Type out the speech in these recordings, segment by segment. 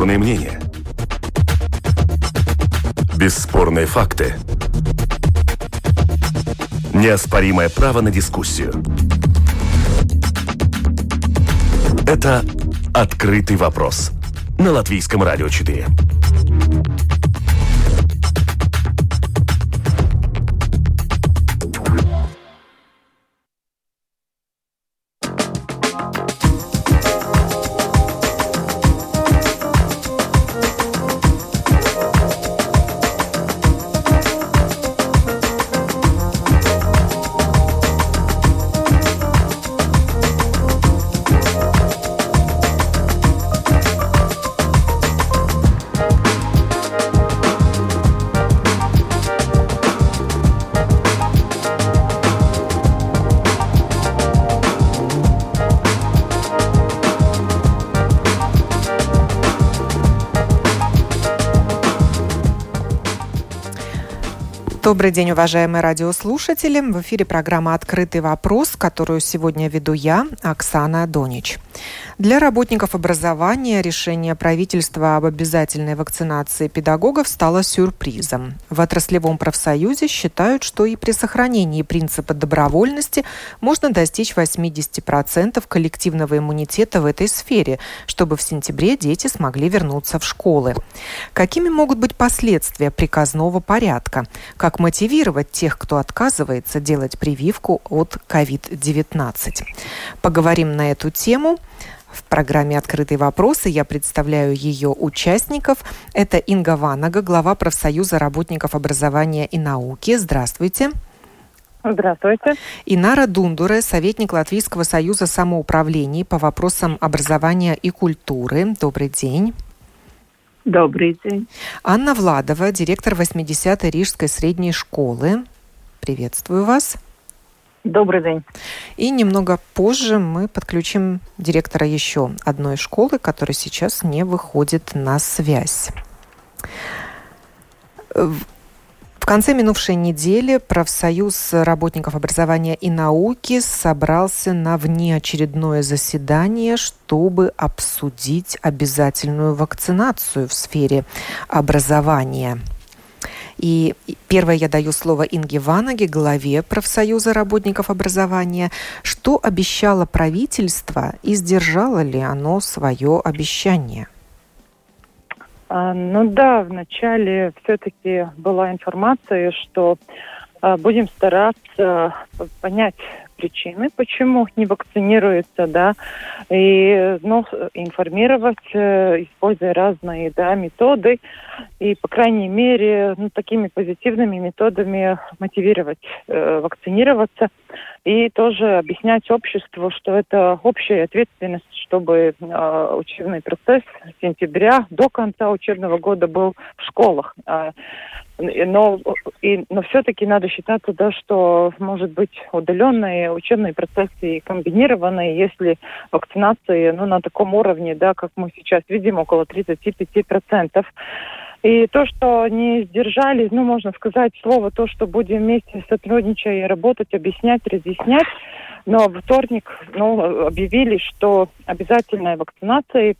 Бесспорные мнения. Бесспорные факты. Неоспоримое право на дискуссию. Это «Открытый вопрос» на Латвийском радио 4. Добрый день, уважаемые радиослушатели. В эфире программа «Открытый вопрос», которую сегодня веду я, Оксана Донич. Для работников образования решение правительства об обязательной вакцинации педагогов стало сюрпризом. В отраслевом профсоюзе считают, что и при сохранении принципа добровольности можно достичь 80% коллективного иммунитета в этой сфере, чтобы в сентябре дети смогли вернуться в школы. Какими могут быть последствия приказного порядка? Как мотивировать тех, кто отказывается делать прививку от COVID-19? Поговорим на эту тему. В программе «Открытые вопросы» я представляю ее участников. Это Инга Ванага, глава профсоюза работников образования и науки. Здравствуйте. Здравствуйте. Инара Дундуре, советник Латвийского союза самоуправлений по вопросам образования и культуры. Добрый день. Добрый день. Анна Владова, директор 80-й Рижской средней школы. Приветствую вас. Добрый день. И немного позже мы подключим директора еще одной школы, которая сейчас не выходит на связь. В конце минувшей недели профсоюз работников образования и науки собрался на внеочередное заседание, чтобы обсудить обязательную вакцинацию в сфере образования. И первое я даю слово Инге Ванаге, главе профсоюза работников образования. Что обещало правительство и сдержало ли оно свое обещание? Вначале все-таки была информация, что будем стараться понять причины, почему не вакцинируются, и информировать, используя разные методы, и, по крайней мере, такими позитивными методами мотивировать вакцинироваться, и тоже объяснять обществу, что это общая ответственность, чтобы учебный процесс с сентября до конца учебного года был в школах. Но все-таки надо считаться, что может быть удаленные учебные процессы и комбинированные, если вакцинация на таком уровне, как мы сейчас видим, около 35%. И то, что не сдержали, можно сказать слово, то, что будем вместе сотрудничать и работать, объяснять, разъяснять. Но во вторник объявили, что обязательная вакцинация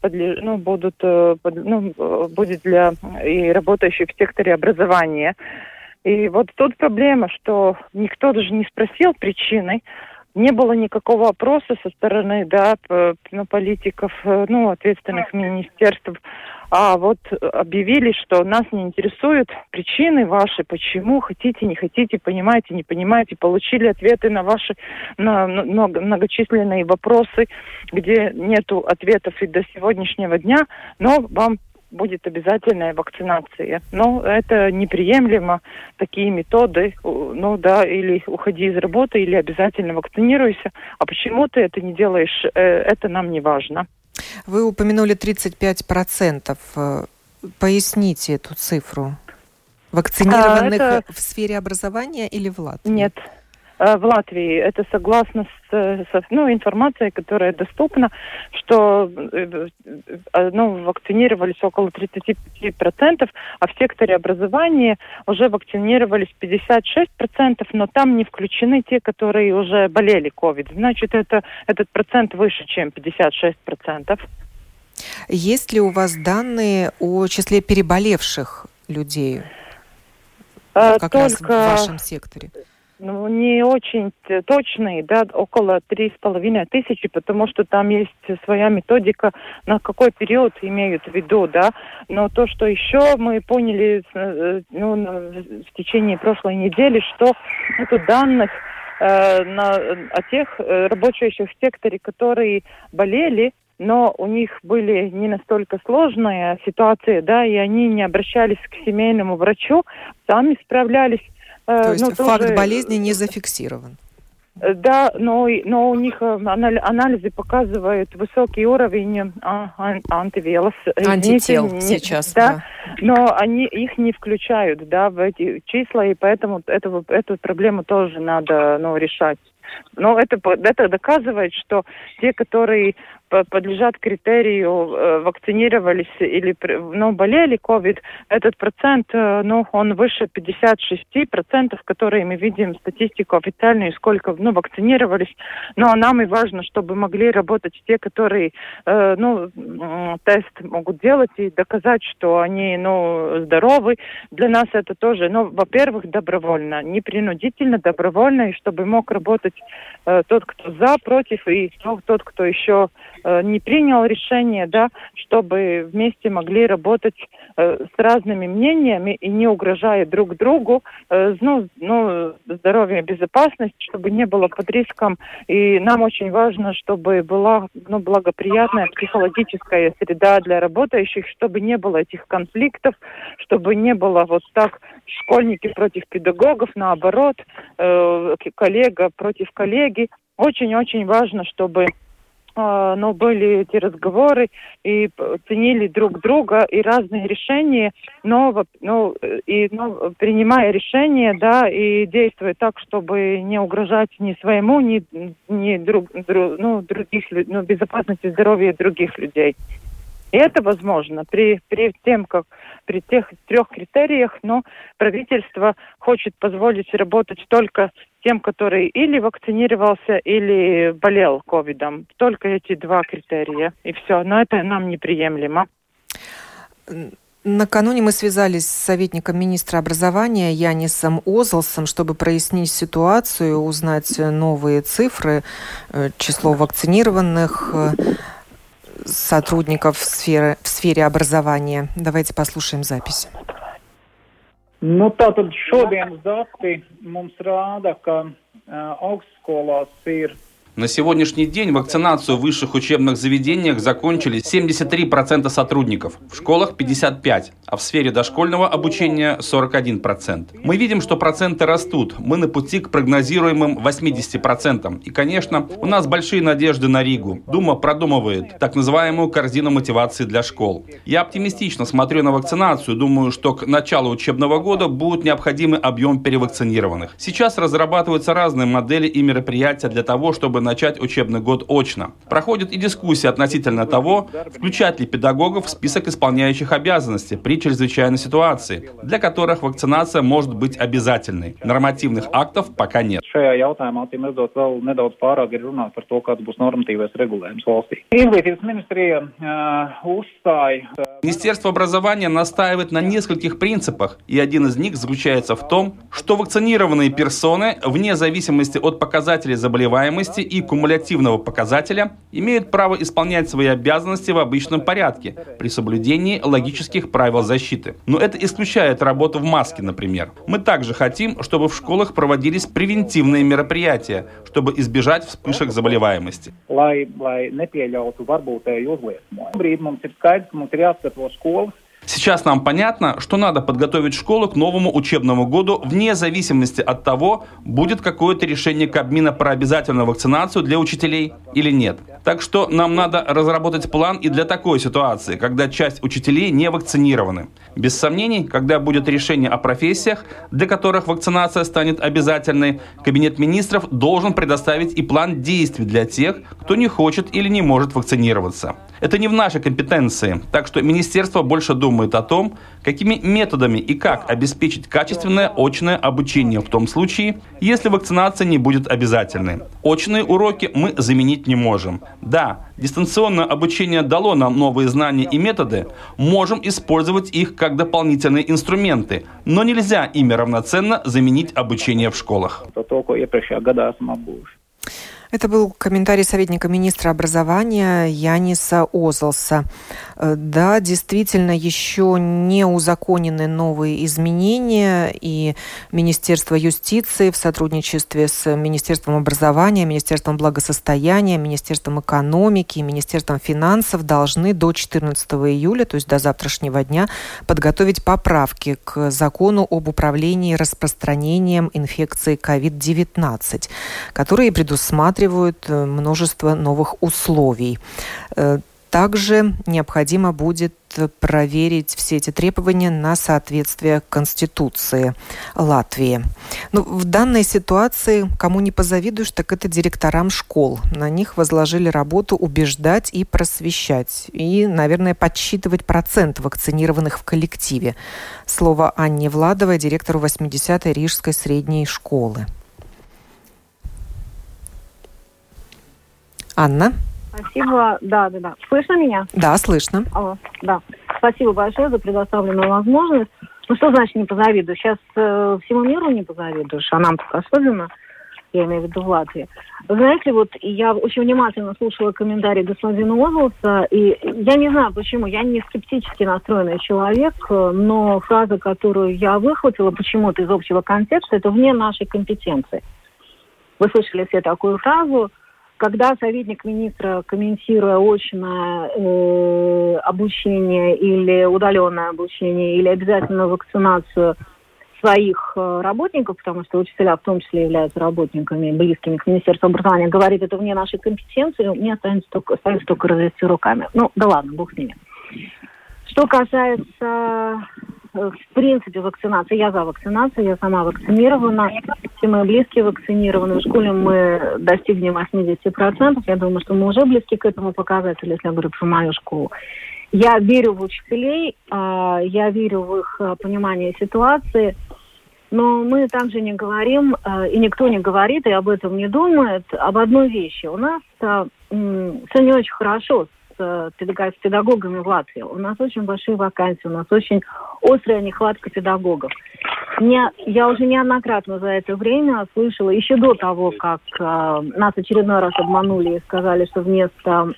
будет для и работающих в секторе образования. И вот тут проблема, что никто даже не спросил причины. Не было никакого опроса со стороны политиков, ответственных министерств. А вот объявили, что нас не интересуют причины ваши, почему хотите, не хотите, понимаете, не понимаете. Получили ответы на ваши многочисленные вопросы, где нету ответов и до сегодняшнего дня, но вам будет обязательная вакцинация. Но это неприемлемо, такие методы, или уходи из работы, или обязательно вакцинируйся. А почему ты это не делаешь, это нам не важно. Вы упомянули 35%. Поясните эту цифру. Вакцинированных в сфере образования или в Латвии? Нет. В Латвии это согласно с информацией, которая доступна, что вакцинировались около 35%, а в секторе образования уже вакцинировались 56%, но там не включены те, которые уже болели COVID. Значит, этот процент выше, чем 56%. Есть ли у вас данные о числе переболевших людей как раз в вашем секторе? Не очень точные, да, около 3500, потому что там есть своя методика, на какой период имеют в виду, да. Но то, что еще мы поняли в течение прошлой недели, что нету данных о тех работающих в секторе, которые болели, но у них были не настолько сложная ситуация, да, и они не обращались к семейному врачу, сами справлялись. То есть факт болезни не зафиксирован? Да, но у них анализы показывают высокий уровень антител сейчас, да. Но их не включают, да, в эти числа, и поэтому эту проблему тоже надо, решать. Но это доказывает, что те, которые подлежат критерию, вакцинировались или болели COVID, этот процент, он выше 56%, которые мы видим статистику официальную, сколько вакцинировались. Но нам и важно, чтобы могли работать те, которые тест могут делать и доказать, что они здоровы. Для нас это тоже, во-первых, добровольно, не принудительно, добровольно, и чтобы мог работать тот, кто за, против, и тот, кто еще не принял решение, да, чтобы вместе могли работать с разными мнениями и не угрожая друг другу, здоровье и безопасность, чтобы не было под риском. И нам очень важно, чтобы была благоприятная психологическая среда для работающих, чтобы не было этих конфликтов, чтобы не было вот так школьники против педагогов, наоборот, коллега против коллеги. Очень-очень важно, чтобы были эти разговоры и ценили друг друга и разные решения, принимая решения, да, и действуя так, чтобы не угрожать ни своему, ни безопасности здоровья других людей. И это возможно при тех 3 критериях, но правительство хочет позволить работать только тем, который или вакцинировался, или болел ковидом. Только эти 2 критерия, и все. Но это нам неприемлемо. Накануне мы связались с советником министра образования Янисом Озолсом, чтобы прояснить ситуацию, узнать новые цифры, число вакцинированных сотрудников в сфере образования. Давайте послушаем запись. Tātad šodienas dati mums rāda, ka augstskolās ir. На сегодняшний день вакцинацию в высших учебных заведениях закончили 73% сотрудников, в школах 55%, а в сфере дошкольного обучения 41%. Мы видим, что проценты растут. Мы на пути к прогнозируемым 80%. И, конечно, у нас большие надежды на Ригу. Дума продумывает так называемую корзину мотивации для школ. Я оптимистично смотрю на вакцинацию. Думаю, что к началу учебного года будет необходимый объем перевакцинированных. Сейчас разрабатываются разные модели и мероприятия для того, чтобы начать учебный год очно. Проходит и дискуссия относительно того, включать ли педагогов в список исполняющих обязанности при чрезвычайной ситуации, для которых вакцинация может быть обязательной. Нормативных актов пока нет. Министерство образования настаивает на нескольких принципах, и один из них заключается в том, что вакцинированные персоны, вне зависимости от показателей заболеваемости и кумулятивного показателя, имеют право исполнять свои обязанности в обычном порядке, при соблюдении логических правил защиты. Но это исключает работу в маске, например. Мы также хотим, чтобы в школах проводились превентивные мероприятия, чтобы избежать вспышек заболеваемости. Сейчас нам понятно, что надо подготовить школу к новому учебному году вне зависимости от того, будет какое-то решение Кабмина про обязательную вакцинацию для учителей или нет. Так что нам надо разработать план и для такой ситуации, когда часть учителей не вакцинированы. Без сомнений, когда будет решение о профессиях, для которых вакцинация станет обязательной, Кабинет министров должен предоставить и план действий для тех, кто не хочет или не может вакцинироваться. Это не в нашей компетенции, так что министерство больше думает думает о том, какими методами и как обеспечить качественное очное обучение в том случае, если вакцинация не будет обязательной. Очные уроки мы заменить не можем. Да, дистанционное обучение дало нам новые знания и методы, можем использовать их как дополнительные инструменты, но нельзя ими равноценно заменить обучение в школах. Это был комментарий советника министра образования Яниса Озолса. Да, действительно, еще не узаконены новые изменения, и Министерство юстиции в сотрудничестве с Министерством образования, Министерством благосостояния, Министерством экономики и Министерством финансов должны до 14 июля, то есть до завтрашнего дня, подготовить поправки к закону об управлении распространением инфекции COVID-19, которые предусматривают множество новых условий. Также необходимо будет проверить все эти требования на соответствие Конституции Латвии. Но в данной ситуации, кому не позавидуешь, так это директорам школ. На них возложили работу убеждать и просвещать. И, наверное, подсчитывать процент вакцинированных в коллективе. Слово Анне Владовой, директору 80-й Рижской средней школы. Анна? Спасибо. Да. Слышно меня? Да, слышно. Алло, да. Спасибо большое за предоставленную возможность. Ну, что значит не позавидую? Сейчас всему миру не позавидуешь, а нам так особенно, я имею в виду в Латвии. Вы знаете, вот я очень внимательно слушала комментарий господина Озолса, и я не знаю почему, я не скептически настроенный человек, но фраза, которую я выхватила почему-то из общего контекста, это вне нашей компетенции. Вы слышали все такую фразу? Когда советник министра, комментируя очное обучение или удаленное обучение, или обязательно вакцинацию своих работников, потому что учителя в том числе являются работниками, близкими к Министерству образования, говорит, это вне нашей компетенции, мне остается только развести руками. Ну, да ладно, бог с ними. Что касается, в принципе, вакцинации, я за вакцинацию, я сама вакцинирована, все мои близкие вакцинированы. В школе мы достигнем 80%. Я думаю, что мы уже близки к этому показателю, если я говорю про мою школу. Я верю в учителей, я верю в их понимание ситуации, но мы также не говорим, и никто не говорит, и об этом не думает, об одной вещи. У нас все не очень хорошо с педагогами в Латвии. У нас очень большие вакансии, у нас очень острая нехватка педагогов. Я уже неоднократно за это время слышала, еще до того, как нас очередной раз обманули и сказали, что вместо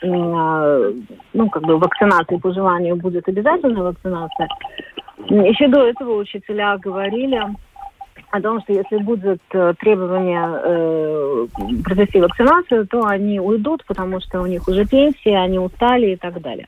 вакцинации по желанию будет обязательная вакцинация. Еще до этого учителя говорили о том, что если будет требование провести вакцинацию, то они уйдут, потому что у них уже пенсия, они устали и так далее.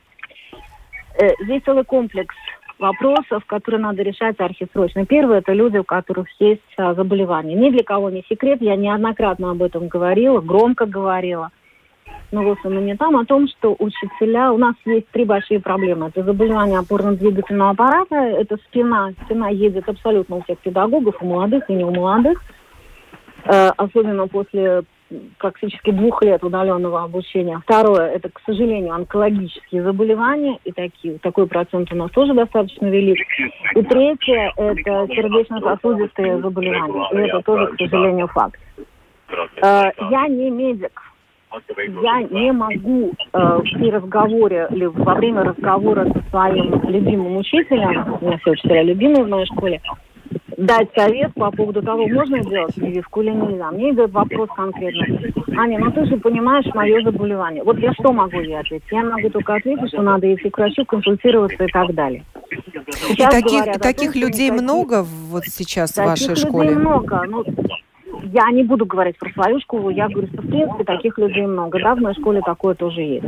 Здесь целый комплекс вопросов, которые надо решать архисрочно. Первое – это люди, у которых есть заболевания. Ни для кого не секрет, я неоднократно об этом говорила, громко говорила, но в основном не там, о том, что учителя... У нас есть 3 большие проблемы. Это заболевание опорно-двигательного аппарата, это спина. Спина едет абсолютно у всех педагогов, у молодых и не у молодых. Особенно после практически 2 лет удаленного обучения. Второе, это, к сожалению, онкологические заболевания, и такой процент у нас тоже достаточно велик. И третье, это сердечно-сосудистые заболевания, и это тоже, к сожалению, факт. Я не медик. Я не могу при разговоре или во время разговора со своим любимым учителем, у меня все учителя любимые в моей школе, дать совет по поводу того, можно делать прививку или нельзя. Мне идет вопрос конкретно. Аня, ну ты же понимаешь мое заболевание. Вот я что могу ей ответить? Я могу только ответить, что надо идти к врачу, консультироваться и так далее. Таких людей много вот сейчас в вашей школе? Таких людей много. Я не буду говорить про свою школу, я говорю, что в принципе таких людей много. Да, в моей школе такое тоже есть.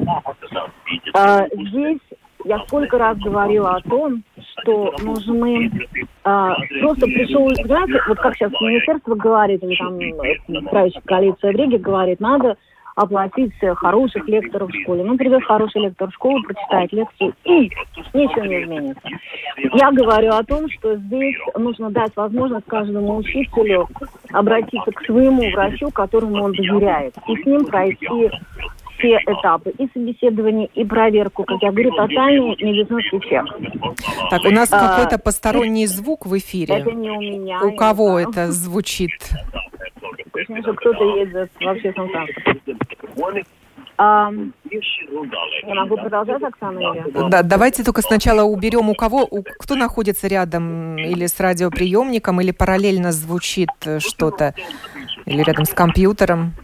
Здесь я сколько раз говорила о том, что нужны... просто пришел, знаете, вот как сейчас министерство говорит, или там правящая коалиция в Риге говорит, надо оплатить хороших лекторов в школе. Ну, придет хороший лектор в школу, прочитает лекцию, и ничего не изменится. Я говорю о том, что здесь нужно дать возможность каждому учителю обратиться к своему врачу, которому он доверяет, и с ним пройти все этапы, и собеседование, и проверку, как я говорю, тотальный медицинский чек. Так, у нас какой-то посторонний звук в эфире. Это не у меня. У кого это звучит? Что кто-то едет в общественном транспорте. Я могу продолжать, Оксана? Или? Да, давайте только сначала уберем кто находится рядом или с радиоприемником, или параллельно звучит что-то, или рядом с компьютером.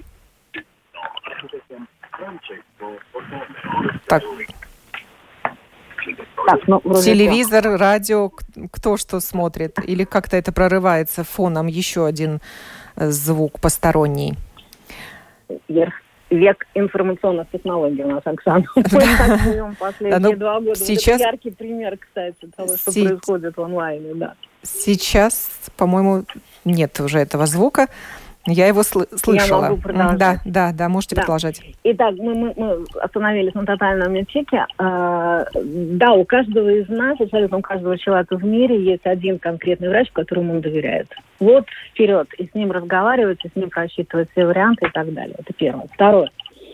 Так. Телевизор, радио, кто что смотрит? Или как-то это прорывается фоном еще один звук посторонний? Век информационных технологий у нас, Оксана. Мы так живем последние 2 года. Сейчас... Это яркий пример, кстати, того, что происходит в онлайне. Да. Сейчас, по-моему, нет уже этого звука. Я его слышала. Я могу продолжать. Да, можете продолжать. Итак, мы остановились на тотальном медчеке. Да, у каждого из нас, абсолютно у каждого человека в мире есть один конкретный врач, которому он доверяет. Вот вперед, и с ним разговаривать, и с ним просчитывать все варианты и так далее. Это первое. Второе.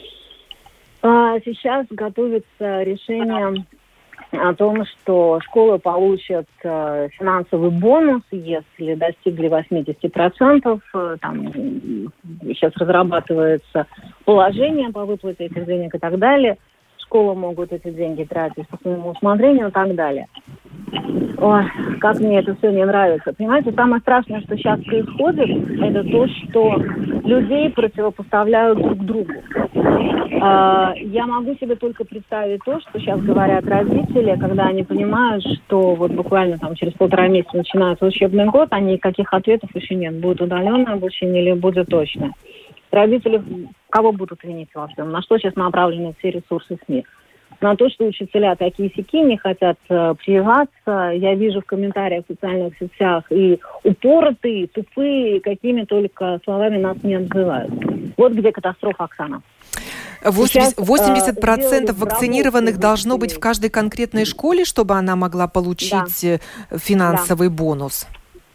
Сейчас готовится решение о том, что школы получат финансовый бонус, если достигли 80%. Там сейчас разрабатывается положение по выплате этих денег и так далее. Школы могут эти деньги тратить по своему усмотрению и так далее. Ой, как мне это все не нравится. Понимаете, самое страшное, что сейчас происходит, это то, что людей противопоставляют друг другу. Я могу себе только представить то, что сейчас говорят родители, когда они понимают, что вот буквально там через 1,5 месяца начинается учебный год, а никаких ответов еще нет. Будет удаленное обучение или будет точное. Родители кого будут винить во всем? На что сейчас направлены все ресурсы СМИ? На то, что учителя такие-сяки не хотят прививаться. Я вижу в комментариях в социальных сетях и упоротые, тупые, какими только словами нас не отзывают. Вот где катастрофа, Оксана. 80% вакцинированных должно быть в каждой конкретной школе, чтобы она могла получить финансовый бонус?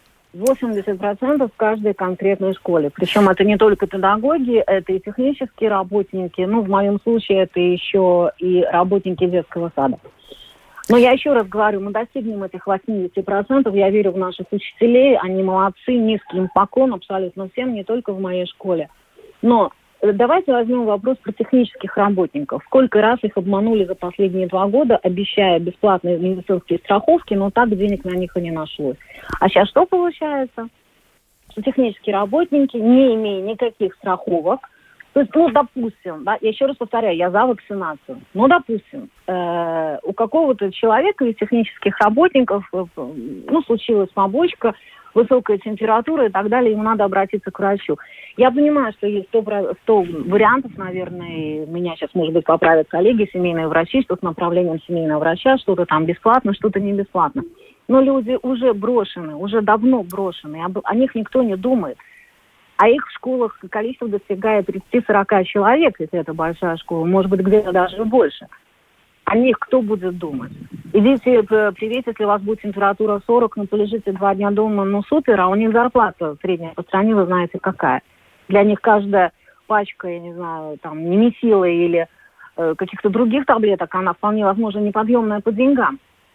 80% в каждой конкретной школе. Причем это не только педагоги, это и технические работники. Ну, в моем случае это еще и работники детского сада. Но я еще раз говорю, мы достигнем этих 80%. Я верю в наших учителей. Они молодцы, низкий им поклон абсолютно всем, не только в моей школе. Но давайте возьмем вопрос про технических работников. Сколько раз их обманули за последние 2 года, обещая бесплатные медицинские страховки, но так денег на них и не нашлось. А сейчас что получается? Что технические работники, не имея никаких страховок, то есть, допустим, да, я еще раз повторяю, я за вакцинацию, допустим, у какого-то человека из технических работников, случилась побочка, высокая температура и так далее, ему надо обратиться к врачу. Я понимаю, что есть 100 вариантов, наверное, и меня сейчас, может быть, поправят коллеги, семейные врачи, что с направлением семейного врача, что-то там бесплатно, что-то не бесплатно. Но люди уже брошены, уже давно брошены, о них никто не думает. А их в школах количество достигает 30-40 человек, если это большая школа, может быть, где-то даже больше. О них кто будет думать? Идите привет, если у вас будет температура 40, полежите 2 дня дома, супер, а у них зарплата средняя по стране, вы знаете, какая. Для них каждая пачка, я не знаю, там, немесила или каких-то других таблеток, она вполне, возможно, неподъемная по деньгам.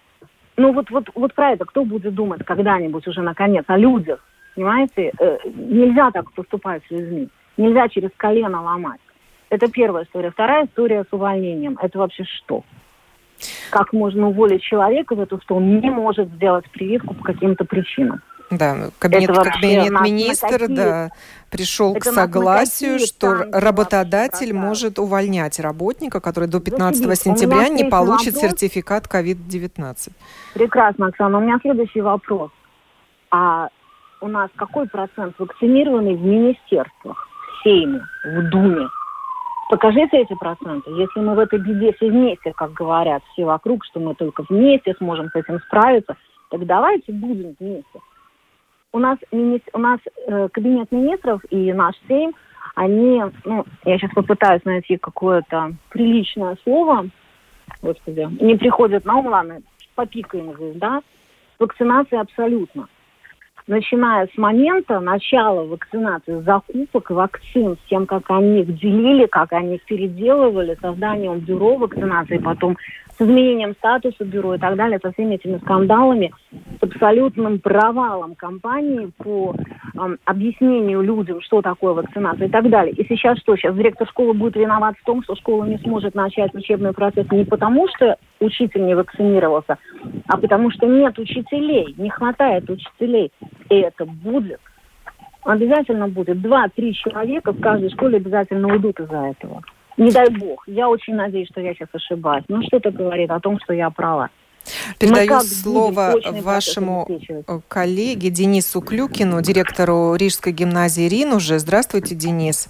Вот про это кто будет думать когда-нибудь уже наконец? О людях, понимаете? Нельзя так поступать с людьми. Нельзя через колено ломать. Это первая история. Вторая история с увольнением. Это вообще что? Как можно уволить человека за то, что он не может сделать прививку по каким-то причинам? Да, кабинет министра пришел к согласию, что работодатель может увольнять работника, который до 15 сентября не получит сертификат COVID-19. Прекрасно, Оксана. У меня следующий вопрос. А у нас какой процент вакцинированный в министерствах, в Сейме, в Думе? Покажите эти проценты. Если мы в этой беде все вместе, как говорят все вокруг, что мы только вместе сможем с этим справиться, так давайте будем вместе. У нас кабинет министров и наш Сейм, они, я сейчас попытаюсь найти какое-то приличное слово, господи, не приходит на ум, ладно, попикаем здесь, да, вакцинация абсолютно. начиная с момента начала вакцинации, закупок вакцин, с тем, как они их делили, как они их переделывали, созданием бюро вакцинации, потом с изменением статуса бюро и так далее, со всеми этими скандалами, с абсолютным провалом кампании по объяснению людям, что такое вакцинация и так далее. И сейчас что? Сейчас директор школы будет виноват в том, что школа не сможет начать учебный процесс не потому, что учитель не вакцинировался, а потому что нет учителей, не хватает учителей. И это будет. Обязательно будет. 2-3 человека в каждой школе обязательно уйдут из-за этого. Не дай бог. Я очень надеюсь, что я сейчас ошибаюсь. Но что-то говорит о том, что я права. Передаю слово вашему коллеге Денису Клюкину, директору Рижской гимназии РИН уже. Здравствуйте, Денис.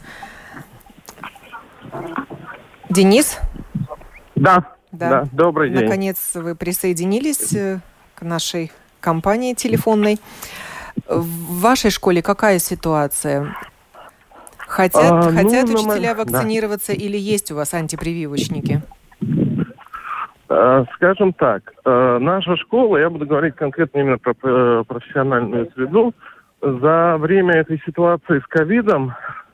Денис? Да, добрый день. Наконец вы присоединились к нашей компании телефонной. В вашей школе какая ситуация? Хотят учителя вакцинироваться или есть у вас антипрививочники? Скажем так, наша школа, я буду говорить конкретно именно про профессиональную среду, за время этой ситуации с ковидом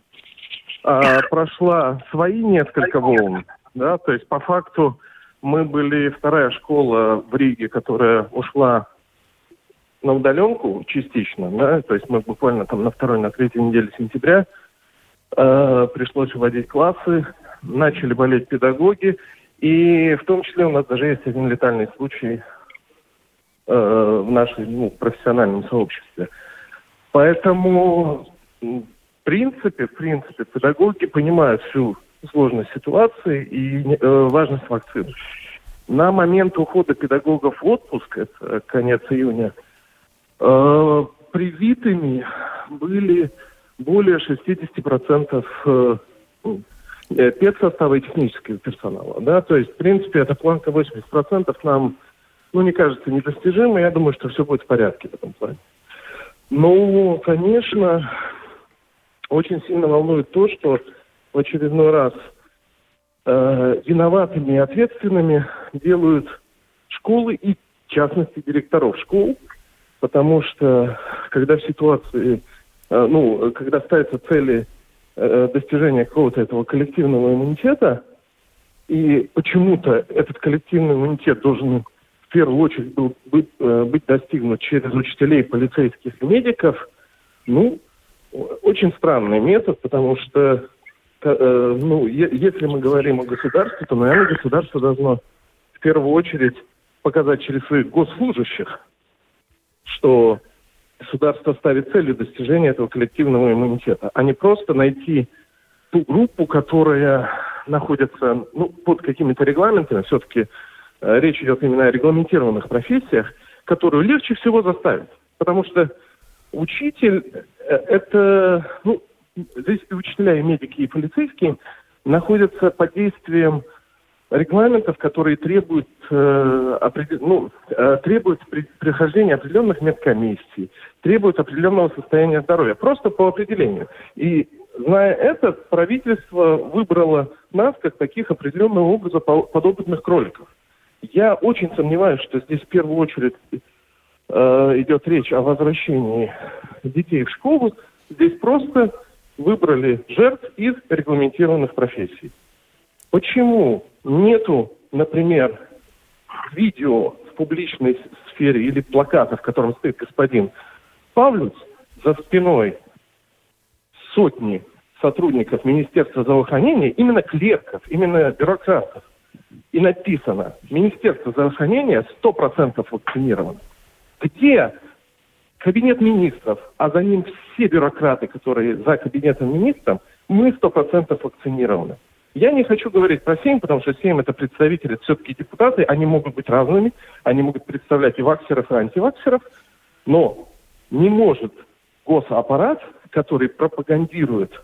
прошла свои несколько волн. Да? То есть по факту мы были вторая школа в Риге, которая ушла на удаленку частично. Да? То есть мы буквально там на 2-3 неделе сентября пришлось вводить классы, начали болеть педагоги, и в том числе у нас даже есть один летальный случай в нашем профессиональном сообществе. Поэтому, в принципе, педагоги понимают всю сложность ситуации и важность вакцины. На момент ухода педагогов в отпуск, это конец июня, привитыми были более 60% педсостава и технического персонала. Да? То есть, в принципе, эта планка 80% нам, не кажется недостижимой. Я думаю, что все будет в порядке в этом плане. Но, конечно, очень сильно волнует то, что в очередной раз виноватыми и ответственными делают школы и, в частности, директоров школ, потому что, когда в ситуации, когда ставятся цели достижения какого-то этого коллективного иммунитета, и почему-то этот коллективный иммунитет должен в первую очередь быть достигнут через учителей, полицейских и медиков, очень странный метод, потому что если мы говорим о государстве, то, наверное, государство должно в первую очередь показать через своих госслужащих, что государство ставит целью достижения этого коллективного иммунитета, а не просто найти ту группу, которая находится под какими-то регламентами. Все-таки речь идет именно о регламентированных профессиях, которую легче всего заставить. Потому что учитель, это, здесь и учителя, и медики, и полицейские находятся под действием регламентов, которые требуют прохождения определенных медкомиссий, требуют определенного состояния здоровья, просто по определению. И, зная это, правительство выбрало нас как таких определенного образа подопытных кроликов. Я очень сомневаюсь, что здесь в первую очередь идет речь о возвращении детей в школу. Здесь просто выбрали жертв из регламентированных профессий. Почему нету, например, видео в публичной сфере или плаката, в котором стоит господин Павлюц, за спиной сотни сотрудников Министерства здравоохранения, именно клерков, именно бюрократов, и написано: Министерство здравоохранения 100% вакцинировано. Где кабинет министров, а за ним все бюрократы, которые за кабинетом министров, мы 100% вакцинированы. Я не хочу говорить про Сейм, потому что Сейм — это представители, все-таки депутаты, они могут быть разными, они могут представлять и ваксеров, и антиваксеров, но не может госаппарат, который пропагандирует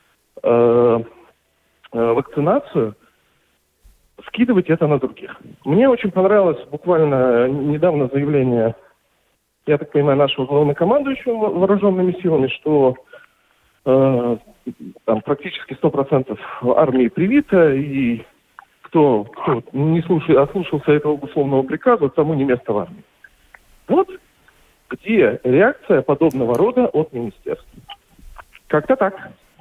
вакцинацию, скидывать это на других. Мне очень понравилось буквально недавно заявление, я так понимаю, нашего главнокомандующего вооруженными силами, что там практически 100% армии привито, и кто не ослушался этого условного приказа, тому не место в армии. Вот Где реакция подобного рода от министерства? Как-то так.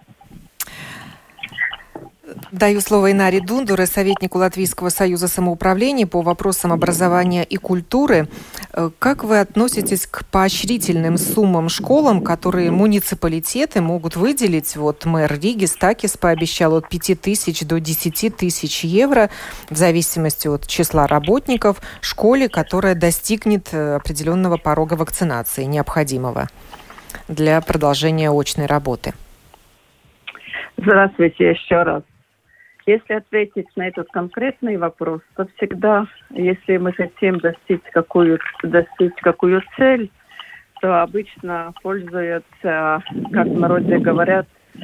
Даю слово Инаре Дундуре, советнику Латвийского союза самоуправления по вопросам образования и культуры. Как вы относитесь к поощрительным суммам школам, которые муниципалитеты могут выделить? Вот мэр Риги Стакис пообещал от 5 тысяч до 10 тысяч евро в зависимости от числа работников школе, которая достигнет определенного порога вакцинации, необходимого для продолжения очной работы. Здравствуйте еще раз. Если ответить на этот конкретный вопрос, то всегда, если мы хотим достичь какую цель, то обычно пользуются, как в народе говорят,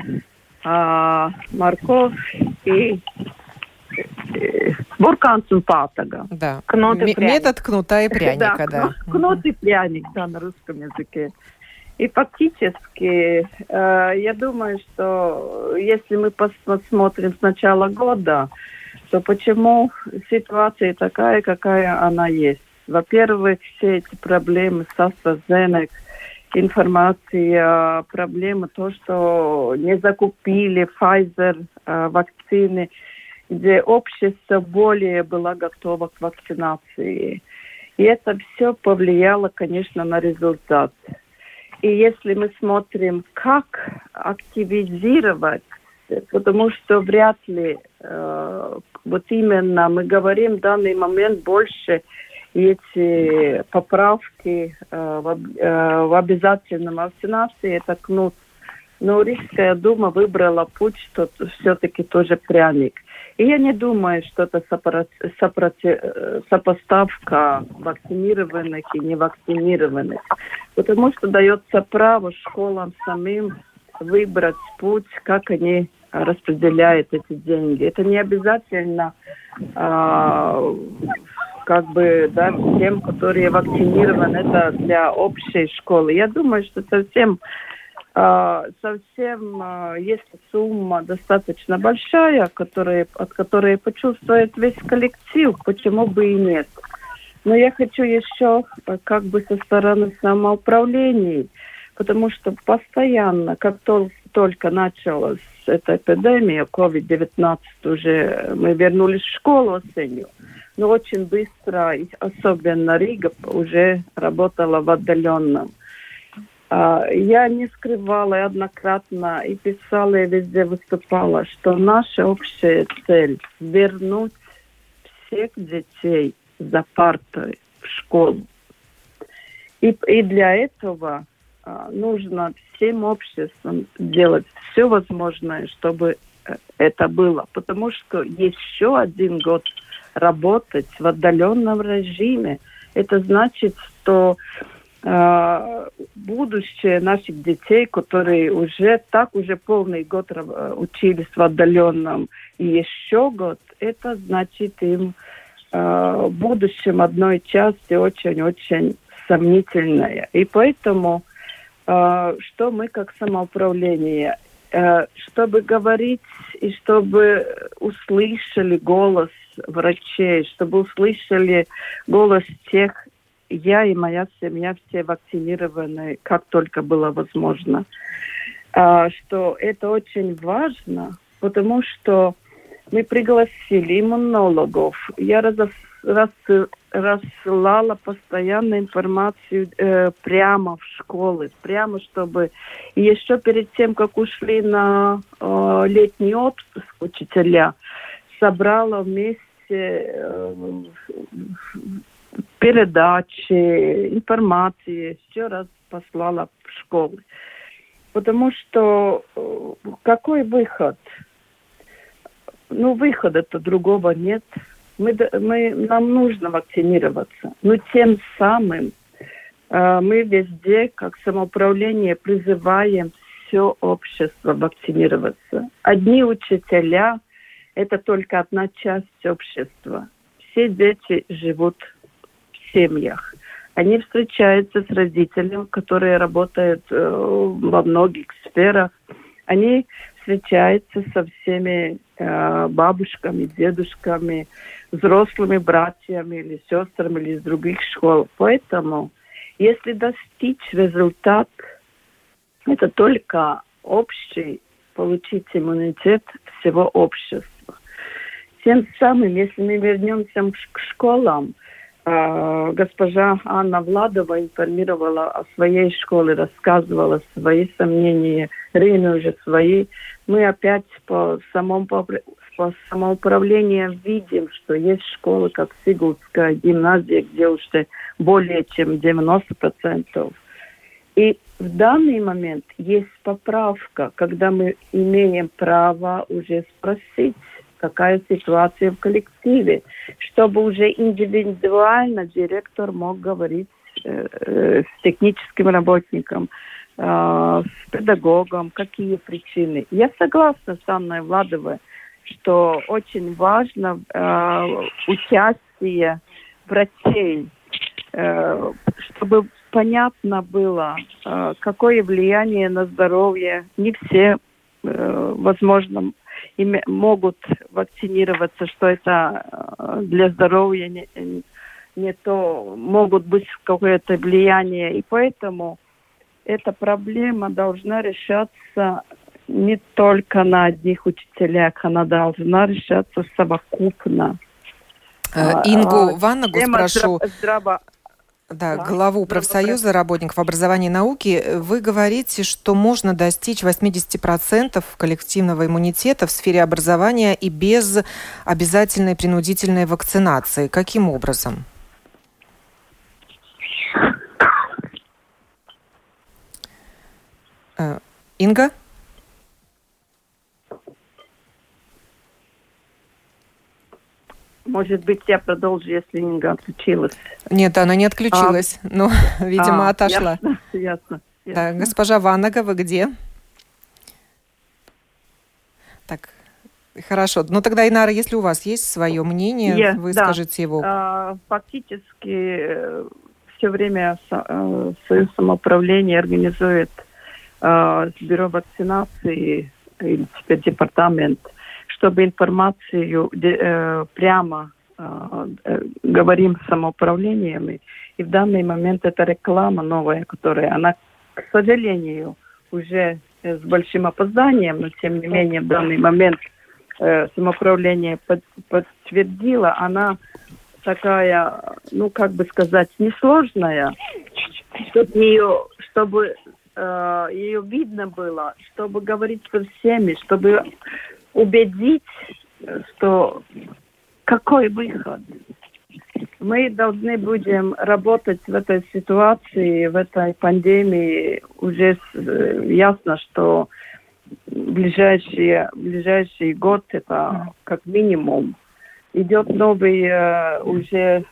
морковь и бурканс и патага. Да. Метод кнута и пряника, да. Кнут и пряник, да, на русском языке. И фактически, я думаю, что если мы посмотрим с начала года, то почему ситуация такая, какая она есть? Во-первых, все эти проблемы с AstraZeneca, информация, проблемы, то, что не закупили Pfizer вакцины, где общество более было готово к вакцинации. И это все повлияло, конечно, на результат. И если мы смотрим, как активизировать, потому что вряд ли вот именно мы говорим в данный момент больше эти поправки в обязательном вакцинации, это кнут. Но Рижская дума выбрала путь, что все-таки тоже пряник. И я не думаю, что это сопоставка вакцинированных и невакцинированных, потому что дается право школам самим выбрать путь, как они распределяют эти деньги. Это не обязательно тем, которые вакцинированы, это для общей школы. Я думаю, что совсем если сумма достаточно большая, от которой почувствует весь коллектив, почему бы и нет. Но я хочу еще со стороны самоуправления, потому что постоянно, как только началась эта эпидемия, COVID-19, уже мы вернулись в школу осенью, но очень быстро, особенно Рига, уже работала в отдаленном. Я не скрывала неоднократно и писала, и везде выступала, что наша общая цель – вернуть всех детей за партой в школу. И для этого нужно всем обществом делать все возможное, чтобы это было. Потому что еще 1 год работать в отдаленном режиме, это значит, что будущее наших детей, которые уже полный год учились в отдаленном, и еще год, это значит им в будущем одной части очень-очень сомнительное. И поэтому, что мы как самоуправление, чтобы говорить и чтобы услышали голос врачей, чтобы услышали голос тех, я и моя семья все вакцинированы, как только было возможно. Что это очень важно, потому что мы пригласили иммунологов. Я рассылала постоянно информацию прямо в школы, прямо чтобы еще перед тем, как ушли на летний отпуск учителя, собрала вместе передачи, информации, все раз послала в школы. Потому что какой выход? Выхода-то другого нет. Нам нужно вакцинироваться. Но тем самым мы везде, как самоуправление, призываем все общество вакцинироваться. Одни учителя – это только одна часть общества. Все дети живут в семьях. Они встречаются с родителями, которые работают во многих сферах. Они встречаются со всеми бабушками, дедушками, взрослыми братьями или сестрами или из других школ. Поэтому Если достичь результат, это только общий, получить иммунитет всего общества. Тем самым, если мы вернемся к школам, госпожа Анна Владова информировала о своей школе, рассказывала свои сомнения, Рина уже свои. Мы опять по самоуправлению видим, что есть школы, как Сигултская гимназия, где уже более чем 90%. И в данный момент есть поправка, когда мы имеем право уже спросить, какая ситуация в коллективе, чтобы уже индивидуально директор мог говорить с техническим работником, с педагогом, какие причины. Я согласна с Анной Владовой, что очень важно участие врачей, чтобы понятно было, какое влияние на здоровье. Не все, возможно, могут вакцинироваться, что это для здоровья не то, могут быть какое-то влияние. И поэтому эта проблема должна решаться не только на одних учителях, она должна решаться совокупно. Ингу Ваннагу спрошу. Главу профсоюза работников образования и науки. Вы говорите, что можно достичь 80% коллективного иммунитета в сфере образования и без обязательной принудительной вакцинации. Каким образом? Инга? Может быть, я продолжу, если Инга отключилась. Нет, она не отключилась, но, видимо, отошла. Ясно. Да, госпожа Ванага, вы где? Так, хорошо. Ну, тогда, Инара, если у вас есть свое мнение, вы скажите его. Фактически, все время Союз самоуправления организует бюро вакцинации, или теперь департамент, чтобы информацию прямо говорим с самоуправлениями. И в данный момент это реклама новая, которая, она, к сожалению, уже с большим опозданием, но тем не менее в данный момент самоуправление подтвердило, она такая, ну, как бы сказать, несложная, чтобы ее видно было, чтобы говорить со всеми, чтобы убедить, что какой выход. Мы должны будем работать в этой ситуации, в этой пандемии. Уже ясно, что ближайший год это как минимум. Идет новые уже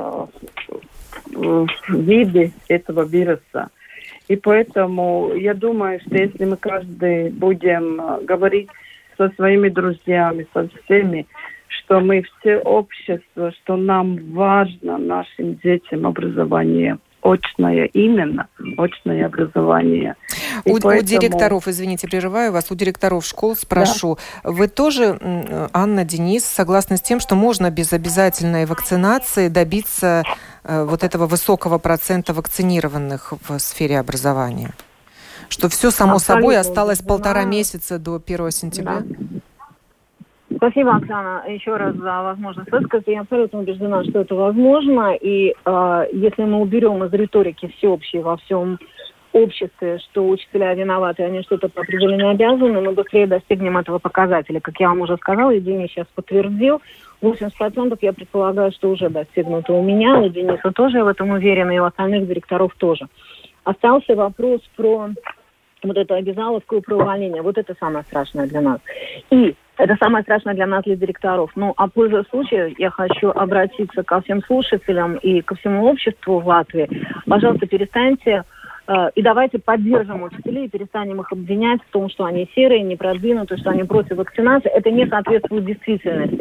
виды этого вируса. И поэтому я думаю, что если мы каждый будем говорить со своими друзьями, со всеми, что мы все общество, что нам важно нашим детям образование, очное, именно очное образование. У директоров, извините, прерываю вас, у директоров школ спрошу, вы тоже, Анна, Денис, согласны с тем, что можно без обязательной вакцинации добиться вот этого высокого процента вакцинированных в сфере образования? Что все само собой осталось 1,5 месяца до 1 сентября? Да. Спасибо, Оксана, еще раз за возможность высказаться. Я абсолютно убеждена, что это возможно. И если мы уберем из риторики всеобщей во всем обществе, что учителя виноваты, они что-то по определению обязаны, мы быстрее достигнем этого показателя. Как я вам уже сказала, и Денис сейчас подтвердил, 80% я предполагаю, что уже достигнуто у меня, у Дениса тоже, я в этом уверена, и у остальных директоров тоже. Остался вопрос про вот эту обязаловку про увольнение. Вот это самое страшное для нас. И это самое страшное для нас, для директоров. Ну, а пользуясь случаем, я хочу обратиться ко всем слушателям и ко всему обществу в Латвии. Пожалуйста, перестаньте и давайте поддержим учителей, перестанем их обвинять в том, что они серые, не продвинутые, что они против вакцинации. Это не соответствует действительности.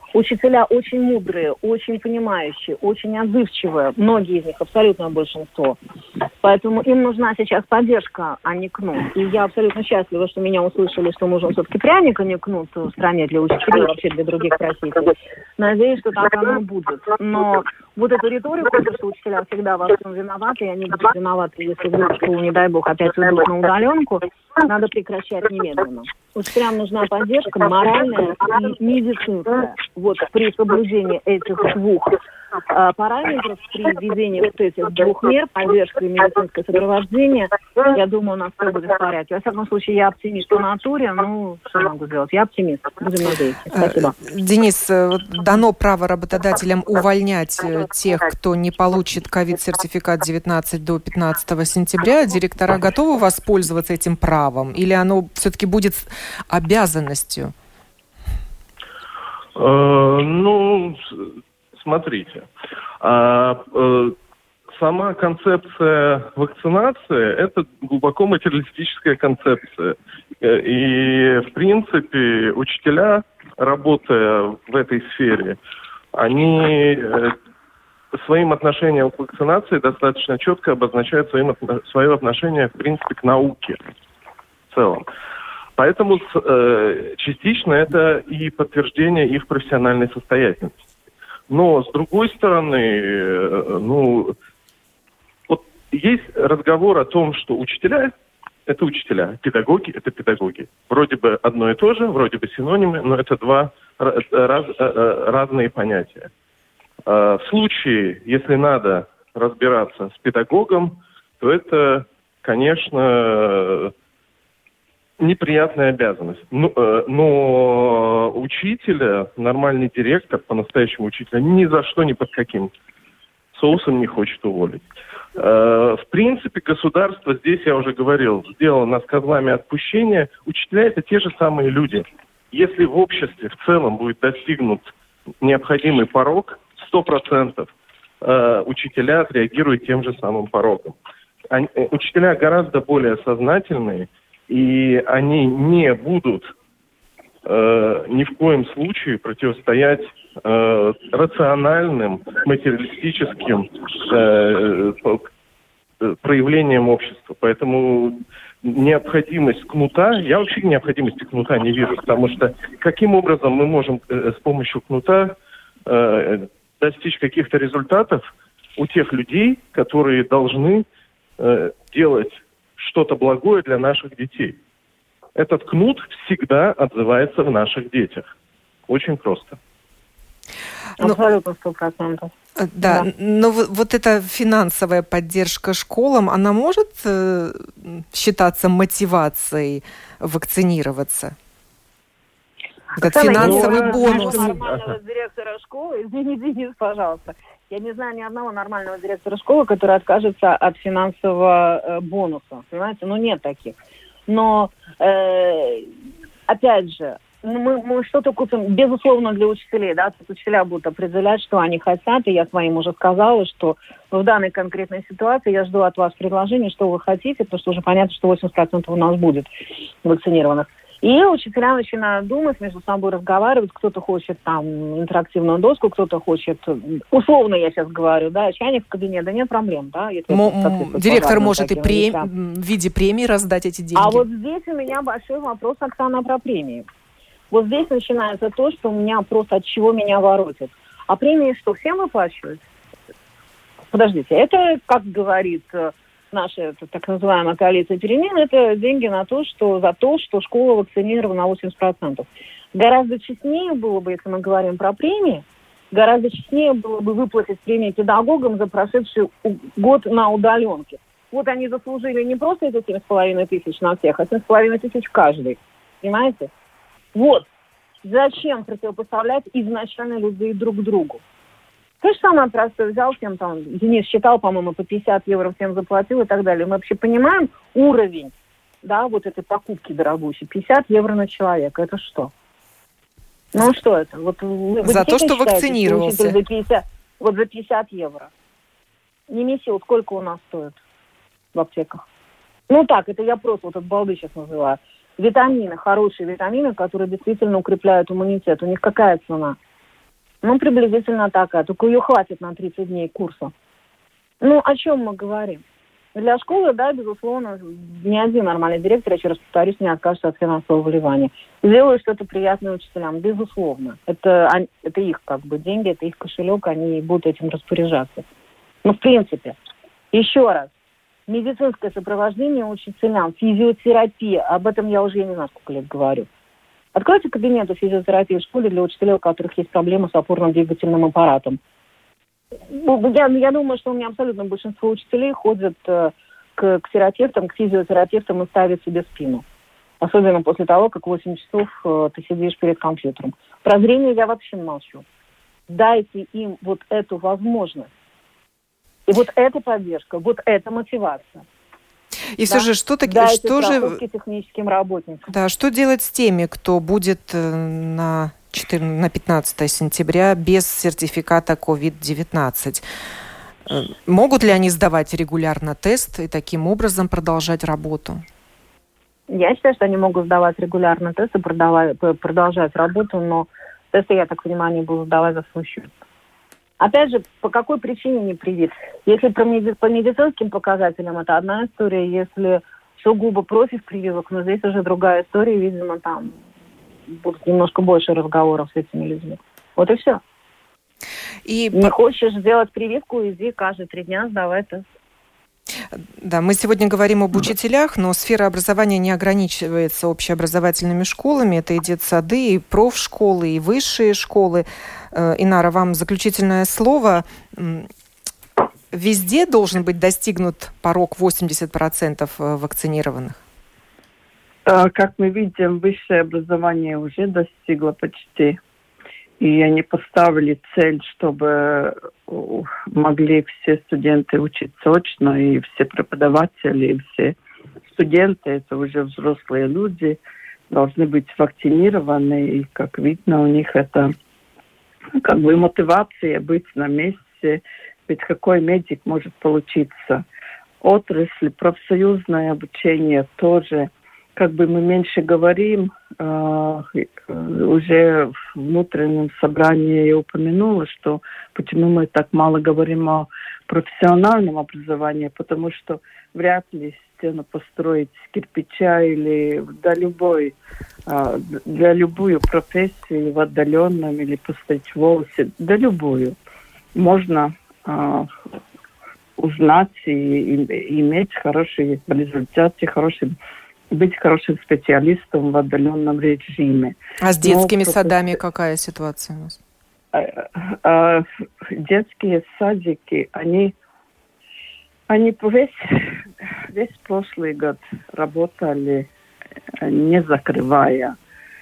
Учителя очень мудрые, очень понимающие, очень отзывчивые. Многие из них, абсолютное большинство. Поэтому им нужна сейчас поддержка, а не кнут. И я абсолютно счастлива, что меня услышали, что нужен все-таки пряник, а не кнут в стране для учителей, вообще для других профессий. Надеюсь, что так оно будет. Но вот эту риторику, что учителя всегда во всем виноваты, и они будут виноваты, если вдруг школу, не дай бог, опять уйдут на удаленку, надо прекращать немедленно. Учителям нужна поддержка моральная и медицинская. Вот при соблюдении этих двух параметров, при введении вот этих двух мер, поддержка и медицинское сопровождение, я думаю, у нас все будет в порядке. Во всяком случае, я оптимист по натуре, что могу сделать? Я оптимист. Будем надеяться. Спасибо. Денис, дано право работодателям увольнять тех, кто не получит ковид-сертификат 19 до 15 сентября. Директора готовы воспользоваться этим правом? Или оно все-таки будет обязанностью? Смотрите, сама концепция вакцинации – это глубоко материалистическая концепция. И, в принципе, учителя, работая в этой сфере, они своим отношением к вакцинации достаточно четко обозначают свое отношение, в принципе, к науке в целом. Поэтому частично это и подтверждение их профессиональной состоятельности. Но, с другой стороны, вот есть разговор о том, что учителя – это учителя, педагоги – это педагоги. Вроде бы одно и то же, вроде бы синонимы, но это два разные понятия. В случае, если надо разбираться с педагогом, то это, конечно, неприятная обязанность. Но учителя, нормальный директор, по-настоящему учителя, ни за что, ни под каким соусом не хочет уволить. В принципе, государство, здесь я уже говорил, сделало нас козлами отпущения. Учителя – это те же самые люди. Если в обществе в целом будет достигнут необходимый порог, 100% учителя отреагируют тем же самым порогом. Учителя гораздо более сознательные, и они не будут ни в коем случае противостоять рациональным, материалистическим проявлениям общества. Поэтому необходимость кнута, я вообще необходимости кнута не вижу, потому что каким образом мы можем с помощью кнута достичь каких-то результатов у тех людей, которые должны делать что-то благое для наших детей. Этот кнут всегда отзывается в наших детях. Очень просто. Абсолютно 100%. Да, но вот эта финансовая поддержка школам, она может считаться мотивацией вакцинироваться? Этот финансовый бонус. Нормального директора школы, извините, Денис, пожалуйста. Я не знаю ни одного нормального директора школы, который откажется от финансового бонуса. Понимаете? Нет таких. Но, опять же, мы что-то купим, безусловно, для учителей. Да? Учителя будут определять, что они хотят. И я своим уже сказала, что в данной конкретной ситуации я жду от вас предложений, что вы хотите, потому что уже понятно, что 80% у нас будет вакцинированных. И учителя начинают думать, между собой разговаривать. Кто-то хочет там интерактивную доску, кто-то хочет, условно я сейчас говорю, да, чайник в кабинет, да нет проблем, да. Директор может и в виде премии раздать эти деньги. А вот здесь у меня большой вопрос, Оксана, про премии. Вот здесь начинается то, что у меня просто от чего меня воротит. А премии что, всем выплачивают? Подождите, это, как говорит наша так называемая коалиция перемен, это деньги за то, что школа вакцинирована на 80%. Гораздо честнее было бы, если мы говорим про премии, гораздо честнее было бы выплатить премии педагогам за прошедший год на удаленке. Вот они заслужили не просто эти 7,5 тысяч на всех, а 7,5 тысяч каждый. Понимаете? Вот. Зачем противопоставлять изначально людей друг другу? То же самое простое. Взял всем там, Денис считал, по-моему, по 50 евро всем заплатил и так далее. Мы вообще понимаем уровень, да, вот этой покупки дорогущей. 50 евро на человека. Это что? Что это? Вот вы за то, что вакцинировался. За 50 евро. Не месил, сколько у нас стоит в аптеках? Это я просто вот от балды сейчас называю. Витамины, хорошие витамины, которые действительно укрепляют иммунитет. У них какая цена? Ну, приблизительно такая. Только ее хватит на 30 дней курса. Ну, о чем мы говорим? Для школы, да, безусловно, ни один нормальный директор, я еще раз повторюсь, не откажется от финансового вливания. Сделают что-то приятное учителям, безусловно. Это их как бы деньги, это их кошелек, они будут этим распоряжаться. Но в принципе, еще раз, медицинское сопровождение учителям, физиотерапия, об этом я уже не знаю, сколько лет говорю. Откройте кабинеты физиотерапии в школе для учителей, у которых есть проблемы с опорно-двигательным аппаратом. Я думаю, что у меня абсолютно большинство учителей ходят к терапевтам, к физиотерапевтам и ставят себе спину. Особенно после того, как 8 часов ты сидишь перед компьютером. Про зрение я вообще молчу. Дайте им вот эту возможность. И вот эта поддержка, вот эта мотивация. И все же, что техническим работникам. Да, что делать с теми, кто будет на 15 сентября без сертификата COVID-19? Могут ли они сдавать регулярно тест и таким образом продолжать работу? Я считаю, что они могут сдавать регулярно тест и продолжать работу, но тесты, я так понимаю, они будут сдавать за свой счет. Опять же, по какой причине не привит? Если по медицинским показателям, это одна история. Если сугубо против прививок, но здесь уже другая история. Видимо, там будут немножко больше разговоров с этими людьми. Вот и все. Не хочешь сделать прививку, иди каждые 3 дня сдавай тест. Да, мы сегодня говорим об учителях, но сфера образования не ограничивается общеобразовательными школами. Это и детсады, и профшколы, и высшие школы. Инара, вам заключительное слово. Везде должен быть достигнут порог 80% вакцинированных? Как мы видим, высшее образование уже достигло почти. И они поставили цель, чтобы могли все студенты учиться очно, и все преподаватели, и все студенты, это уже взрослые люди, должны быть вакцинированы. И, как видно, у них это как бы мотивация быть на месте. Ведь какой медик может получиться? Отрасль, профсоюзное обучение тоже. Как бы мы меньше говорим, уже в внутреннем собрании я упомянула, что почему мы так мало говорим о профессиональном образовании, потому что вряд ли стену построить с кирпича или для любую профессию в отдаленном или постричь волосы, да любую. Можно узнать и иметь хорошие результаты, быть хорошим специалистом в отдаленном режиме. А с детскими садами какая ситуация у нас? Детские садики, они весь прошлый год работали, не закрывая.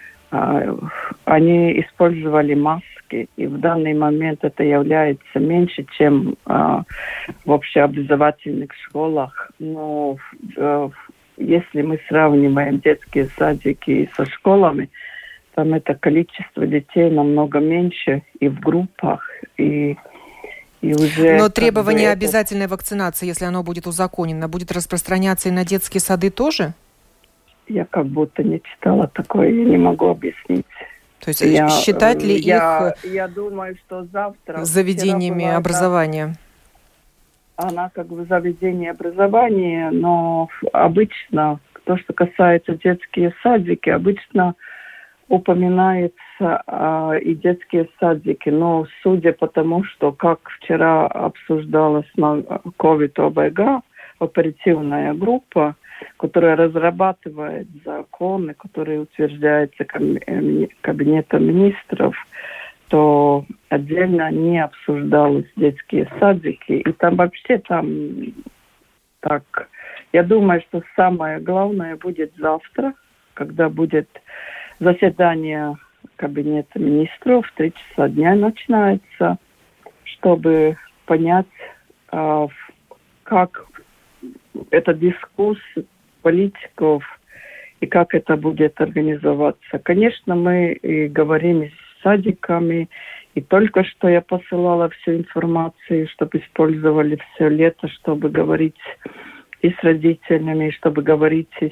Они использовали маски, и в данный момент это является меньше, чем в общеобразовательных школах. Но если мы сравниваем детские садики со школами, там это количество детей намного меньше и в группах, и уже... Но требование обязательной вакцинации, если оно будет узаконено, будет распространяться и на детские сады тоже? Я как будто не читала такое, я не могу объяснить. То есть считать ли их я думаю, что завтра заведениями образования? Она как бы заведение образования, но обычно, то, что касается детские садики, обычно упоминается и детские садики. Но судя по тому, что как вчера обсуждалась на COVID-ОБГ, оперативная группа, которая разрабатывает законы, которые утверждаются Кабинетом министров, то отдельно не обсуждалось детские садики. И там вообще так. Я думаю, что самое главное будет завтра, когда будет заседание Кабинета министров, в 3 часа дня начинается, чтобы понять, как эта дискуссия политиков и как это будет организоваться. Конечно, мы и говорим с садиками, и только что я посылала всю информацию, чтобы использовали все лето, чтобы говорить и с родителями, чтобы говорить и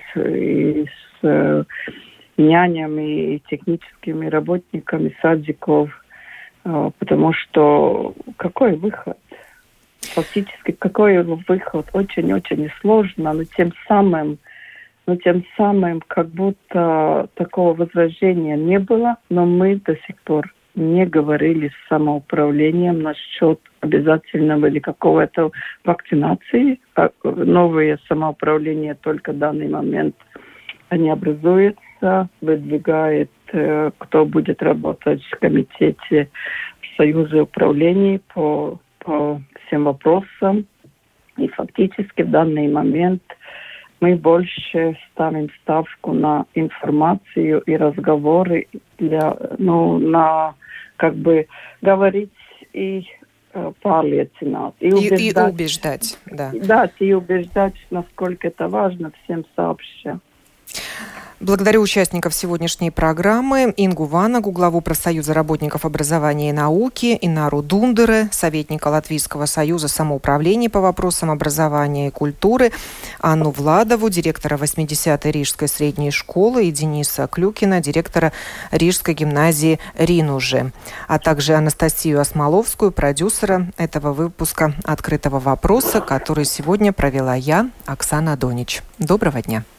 с нянями, и техническими работниками садиков. потому что какой выход? Фактически какой выход? Очень-очень сложно, но тем самым как будто такого возражения не было, но мы до сих пор не говорили с самоуправлением насчет обязательного или какого-то вакцинации. Новые самоуправления только в данный момент они образуются, выдвигает, кто будет работать в комитете в Союзе управлений по всем вопросам. И фактически в данный момент мы больше ставим ставку на информацию и разговоры на как бы говорить и pārliecināt. И убеждать, да. Да, и убеждать, насколько это важно, всем сообща. Благодарю участников сегодняшней программы: Ингу Ванагу, главу профсоюза работников образования и науки, Инару Дундере, советника Латвийского союза самоуправления по вопросам образования и культуры, Анну Владову, директора 80-й Рижской средней школы, и Дениса Клюкина, директора Рижской гимназии Ринуже, а также Анастасию Осмоловскую, продюсера этого выпуска «Открытого вопроса», который сегодня провела я, Оксана Донич. Доброго дня.